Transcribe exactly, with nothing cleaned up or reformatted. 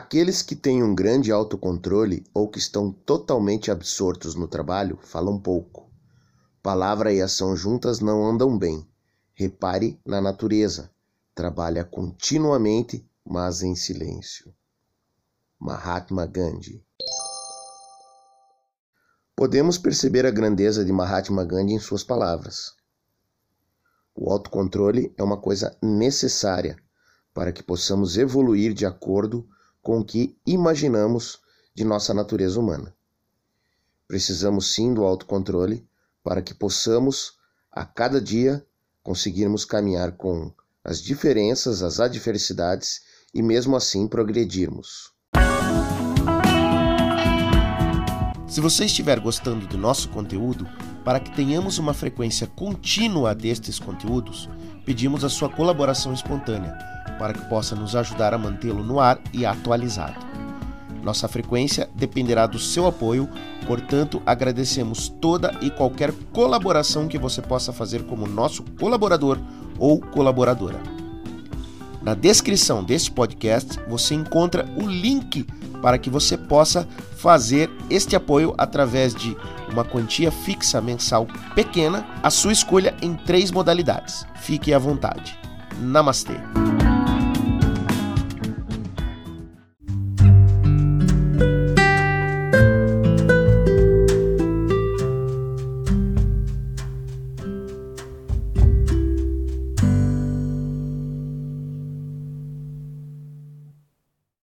Aqueles que têm um grande autocontrole ou que estão totalmente absortos no trabalho falam pouco. Palavra e ação juntas não andam bem. Repare na natureza. Trabalha continuamente, mas em silêncio. Mahatma Gandhi. Podemos perceber a grandeza de Mahatma Gandhi em suas palavras. O autocontrole é uma coisa necessária para que possamos evoluir de acordo com o que imaginamos de nossa natureza humana. Precisamos sim do autocontrole para que possamos, a cada dia, conseguirmos caminhar com as diferenças, as adversidades e mesmo assim progredirmos. Se você estiver gostando do nosso conteúdo, para que tenhamos uma frequência contínua destes conteúdos, pedimos a sua colaboração espontânea, para que possa nos ajudar a mantê-lo no ar e atualizado. Nossa frequência dependerá do seu apoio, portanto, agradecemos toda e qualquer colaboração que você possa fazer como nosso colaborador ou colaboradora. Na descrição deste podcast, você encontra o link para que você possa fazer este apoio através de uma quantia fixa mensal pequena, a sua escolha em três modalidades. Fique à vontade. Namastê!